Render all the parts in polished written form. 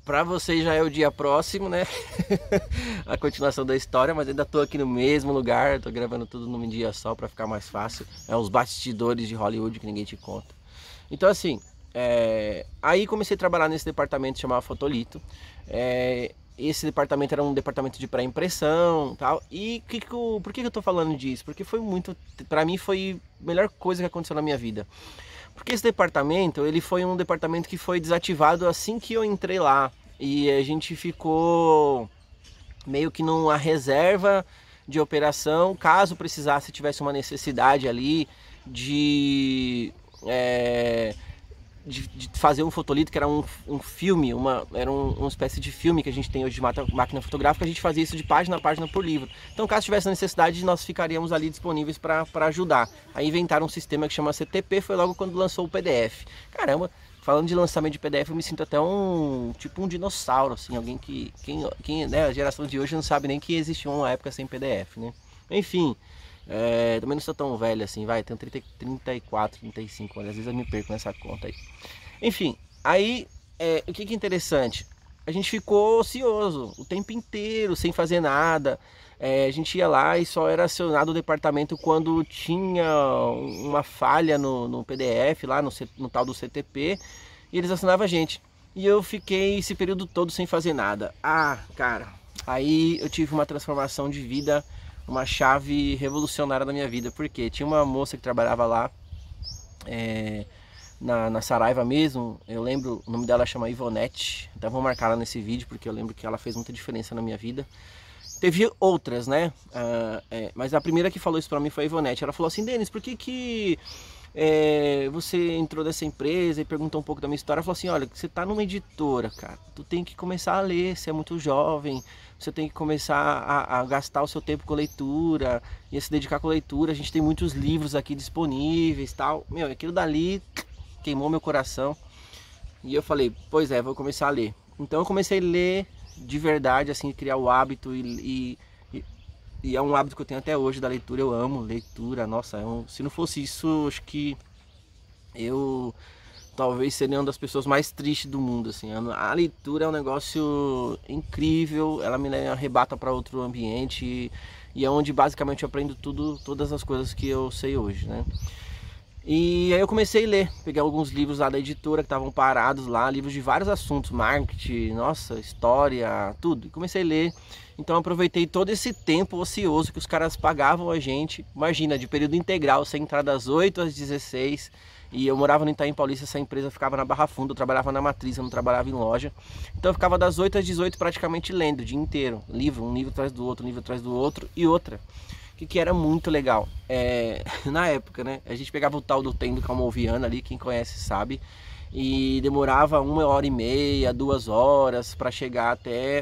Pra vocês já é o dia próximo, né? A continuação da história, mas ainda tô aqui no mesmo lugar, tô gravando tudo num dia só pra ficar mais fácil. É os bastidores de Hollywood que ninguém te conta. Então assim, aí comecei a trabalhar nesse departamento chamado Fotolito. Esse departamento era um departamento de pré-impressão e tal. E por que eu tô falando disso? Porque foi muito, pra mim foi a melhor coisa que aconteceu na minha vida. Porque esse departamento, ele foi um departamento que foi desativado assim que eu entrei lá. E a gente ficou meio que numa reserva de operação, caso precisasse, tivesse uma necessidade ali de, é, de fazer um fotolito, que era um filme, era uma espécie de filme que a gente tem hoje de máquina fotográfica. A gente fazia isso de página a página por livro. Então, caso tivesse necessidade, nós ficaríamos ali disponíveis para ajudar. Aí inventaram um sistema que chama CTP, foi logo quando lançou o PDF. Caramba, falando de lançamento de PDF, eu me sinto até tipo um dinossauro, assim, alguém quem né, a geração de hoje não sabe nem que existia uma época sem PDF, né? Enfim, também não sou tão velho assim, vai, tenho 34, 35 anos, às vezes eu me perco nessa conta aí. Enfim, aí, o que é interessante? A gente ficou ocioso o tempo inteiro, sem fazer nada. A gente ia lá e só era acionado o departamento quando tinha uma falha no PDF, lá no tal do CTP, e eles acionavam a gente. E eu fiquei esse período todo sem fazer nada. Ah, cara, aí eu tive uma transformação de vida, uma chave revolucionária na minha vida, porque tinha uma moça que trabalhava lá, na Saraiva mesmo. Eu lembro, o nome dela chama Ivonete, então vou marcar ela nesse vídeo, porque eu lembro que ela fez muita diferença na minha vida. Teve outras, né? Mas a primeira que falou isso pra mim foi a Ivonete. Ela falou assim: Denis, por que você entrou nessa empresa? E perguntou um pouco da minha história. Ela falou assim: olha, você tá numa editora, cara, tu tem que começar a ler, você é muito jovem, você tem que começar a gastar o seu tempo com leitura e a se dedicar com leitura. A gente tem muitos livros aqui disponíveis, tal. Meu, aquilo dali queimou meu coração. E eu falei: pois vou começar a ler. Então eu comecei a ler de verdade, assim, criar o hábito e é um hábito que eu tenho até hoje da leitura. Eu amo leitura, nossa, se não fosse isso, acho que eu talvez seria uma das pessoas mais tristes do mundo, assim. A leitura é um negócio incrível, ela me arrebata para outro ambiente e é onde basicamente eu aprendo todas as coisas que eu sei hoje, né? E aí eu comecei a ler, peguei alguns livros lá da editora que estavam parados lá, livros de vários assuntos, marketing, nossa, história, tudo. E comecei a ler, então aproveitei todo esse tempo ocioso que os caras pagavam a gente. Imagina, de período integral, sem entrar das 8 às 16, e eu morava no Itaim Paulista, essa empresa ficava na Barra Funda, eu trabalhava na Matriz, eu não trabalhava em loja. Então eu ficava das 8 às 18 praticamente lendo o dia inteiro, um livro atrás do outro, um livro atrás do outro. E outra, que era muito legal, na época, né, a gente pegava o tal do trem do Calmoviano ali, quem conhece sabe, e demorava 1h30, 2 horas para chegar até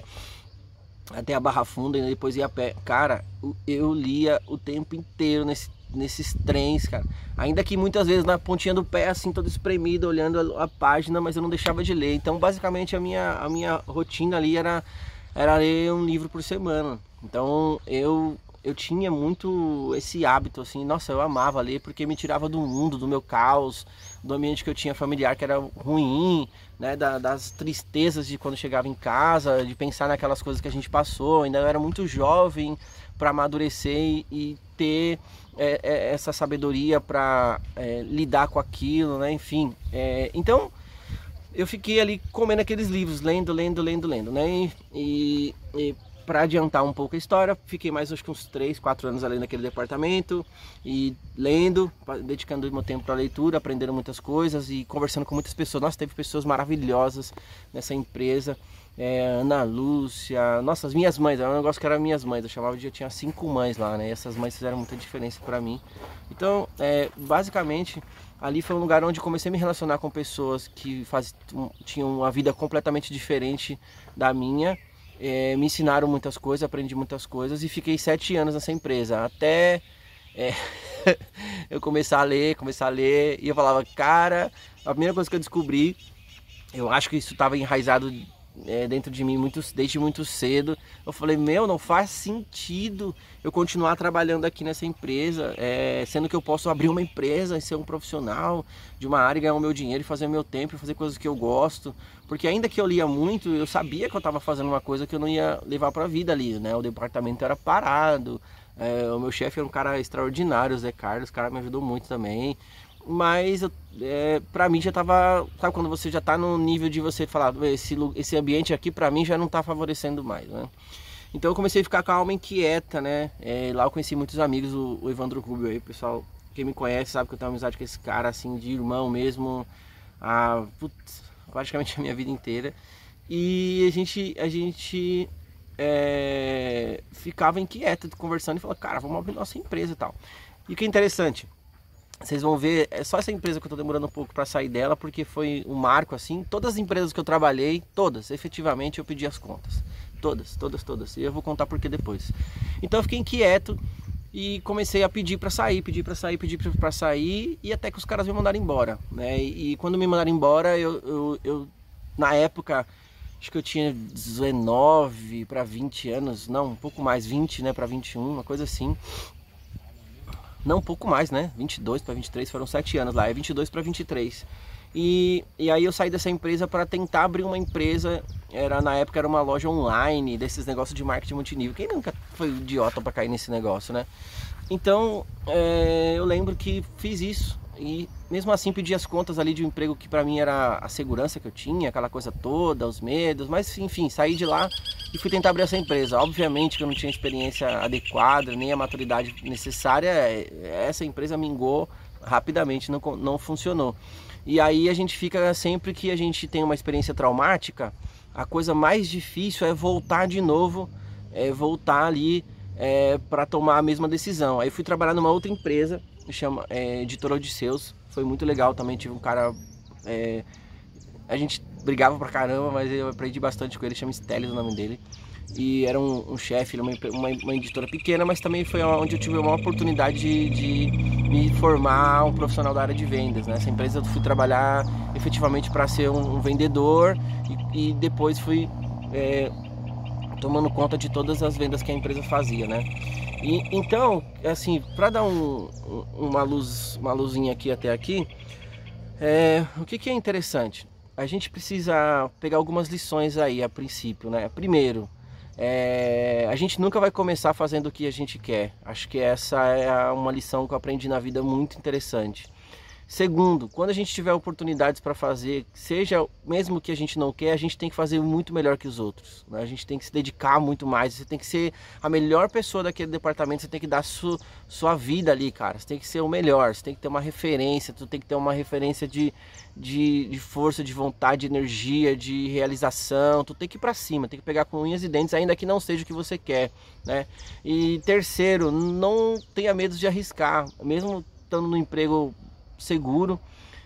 a Barra Funda, e depois ia a pé. Cara, eu lia o tempo inteiro nesses trens, cara, ainda que muitas vezes na pontinha do pé, assim, todo espremido, olhando a página, mas eu não deixava de ler. Então basicamente a minha rotina ali era ler um livro por semana. Então eu tinha muito esse hábito, assim, nossa, eu amava ler porque me tirava do mundo, do meu caos, do ambiente que eu tinha familiar que era ruim, né, das tristezas de quando chegava em casa, de pensar naquelas coisas que a gente passou. Ainda eu era muito jovem para amadurecer e ter essa sabedoria para lidar com aquilo, né, enfim. Então eu fiquei ali comendo aqueles livros, lendo, né, e para adiantar um pouco a história, fiquei mais acho que uns 3, 4 anos ali naquele departamento e lendo, dedicando meu tempo para leitura, aprendendo muitas coisas e conversando com muitas pessoas. Nossa, teve pessoas maravilhosas nessa empresa, Ana Lúcia, nossa, as minhas mães, era um negócio que era minhas mães, eu tinha 5 mães lá, né, e essas mães fizeram muita diferença para mim. Então, basicamente, ali foi um lugar onde comecei a me relacionar com pessoas que tinham uma vida completamente diferente da minha. Me ensinaram muitas coisas, aprendi muitas coisas e fiquei 7 anos nessa empresa, até eu começar a ler, e eu falava, cara, a primeira coisa que eu descobri, eu acho que isso estava enraizado dentro de mim desde muito cedo. Eu falei, meu, não faz sentido eu continuar trabalhando aqui nessa empresa, sendo que eu posso abrir uma empresa e ser um profissional de uma área, ganhar o meu dinheiro e fazer o meu tempo, e fazer coisas que eu gosto. Porque ainda que eu lia muito, eu sabia que eu estava fazendo uma coisa que eu não ia levar para a vida ali, né? O departamento era parado, o meu chefe era um cara extraordinário, o Zé Carlos, o cara me ajudou muito também. Mas pra mim já tava, sabe quando você já tá no nível de você falar, esse ambiente aqui pra mim já não tá favorecendo mais, né? Então eu comecei a ficar com a alma inquieta, né? Lá eu conheci muitos amigos, o Evandro Rubio aí, pessoal, quem me conhece sabe que eu tenho amizade com esse cara, assim, de irmão mesmo, praticamente a minha vida inteira. E a gente ficava inquieto, conversando e falava, cara, vamos abrir nossa empresa e tal. E o que é interessante, vocês vão ver, é só essa empresa que eu tô demorando um pouco para sair dela, porque foi um marco assim. Todas as empresas que eu trabalhei, todas, efetivamente eu pedi as contas. Todas. E eu vou contar por que depois. Então eu fiquei inquieto e comecei a pedir para sair, e até que os caras me mandaram embora, né? E quando me mandaram embora, eu na época, acho que eu tinha 19 para 20 anos, não, um pouco mais, 20, né, para 21, uma coisa assim. Não, um pouco mais, né? 22 para 23, foram 7 anos lá, é 22 para 23. E aí eu saí dessa empresa para tentar abrir uma empresa, na época era uma loja online, desses negócios de marketing multinível. Quem nunca foi idiota para cair nesse negócio, né? Então, eu lembro que fiz isso. E mesmo assim pedi as contas ali de um emprego que pra mim era a segurança que eu tinha, aquela coisa toda, os medos, mas enfim, saí de lá e fui tentar abrir essa empresa. Obviamente que eu não tinha experiência adequada, nem a maturidade necessária, essa empresa mingou rapidamente, não funcionou. E aí a gente fica, sempre que a gente tem uma experiência traumática, a coisa mais difícil é voltar de novo, voltar ali para tomar a mesma decisão. Aí fui trabalhar numa outra empresa, chama Editora Odisseus, foi muito legal também, tive um cara, a gente brigava pra caramba, mas eu aprendi bastante com ele, chama Stélio o nome dele, e era um chefe, uma editora pequena, mas também foi onde eu tive uma oportunidade de me formar um profissional da área de vendas, né? Nessa empresa eu fui trabalhar efetivamente para ser um vendedor e depois fui tomando conta de todas as vendas que a empresa fazia, né? E então, assim, para dar uma luzinha aqui até aqui, o que é interessante? A gente precisa pegar algumas lições aí a princípio, né? Primeiro, a gente nunca vai começar fazendo o que a gente quer. Acho que essa é uma lição que eu aprendi na vida muito interessante. Segundo, quando a gente tiver oportunidades para fazer, seja mesmo que a gente não quer, a gente tem que fazer muito melhor que os outros, né? A gente tem que se dedicar muito mais, você tem que ser a melhor pessoa daquele departamento, você tem que dar sua vida ali, cara. Você tem que ser o melhor, você tem que ter uma referência, tu tem que ter uma referência de força, de vontade, de energia, de realização. Tu tem que ir para cima, tem que pegar com unhas e dentes, ainda que não seja o que você quer, né? E terceiro, não tenha medo de arriscar, mesmo estando no emprego seguro,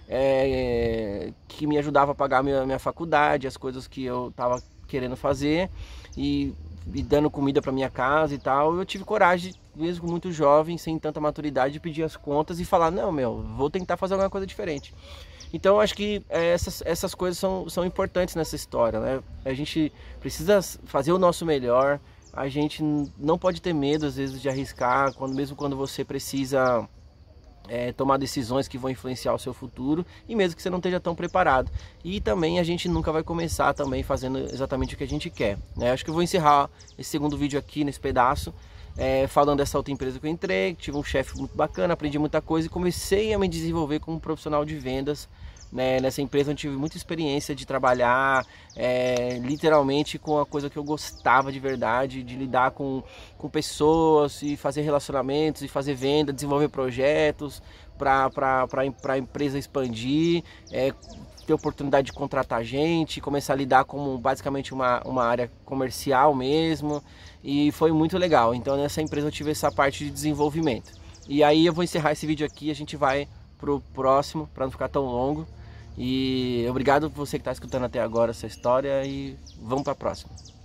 que me ajudava a pagar minha faculdade, as coisas que eu tava querendo fazer e dando comida para minha casa e tal. Eu tive coragem, mesmo muito jovem, sem tanta maturidade, de pedir as contas e falar, não, vou tentar fazer alguma coisa diferente. Então eu acho que essas coisas são importantes nessa história, né? A gente precisa fazer o nosso melhor, a gente não pode ter medo às vezes de arriscar, mesmo quando você precisa tomar decisões que vão influenciar o seu futuro, e mesmo que você não esteja tão preparado. E também a gente nunca vai começar também fazendo exatamente o que a gente quer, né? Acho que eu vou encerrar esse segundo vídeo aqui nesse pedaço, falando dessa outra empresa que eu entrei, tive um chefe muito bacana, aprendi muita coisa e comecei a me desenvolver como profissional de vendas, né? Nessa empresa eu tive muita experiência de trabalhar literalmente com a coisa que eu gostava de verdade, de lidar com pessoas e fazer relacionamentos e fazer venda, desenvolver projetos para a empresa expandir, ter oportunidade de contratar gente, começar a lidar como basicamente uma área comercial mesmo, e foi muito legal. Então nessa empresa eu tive essa parte de desenvolvimento. E aí eu vou encerrar esse vídeo aqui, a gente vai pro próximo para não ficar tão longo. E obrigado por você que está escutando até agora essa história e vamos para a próxima.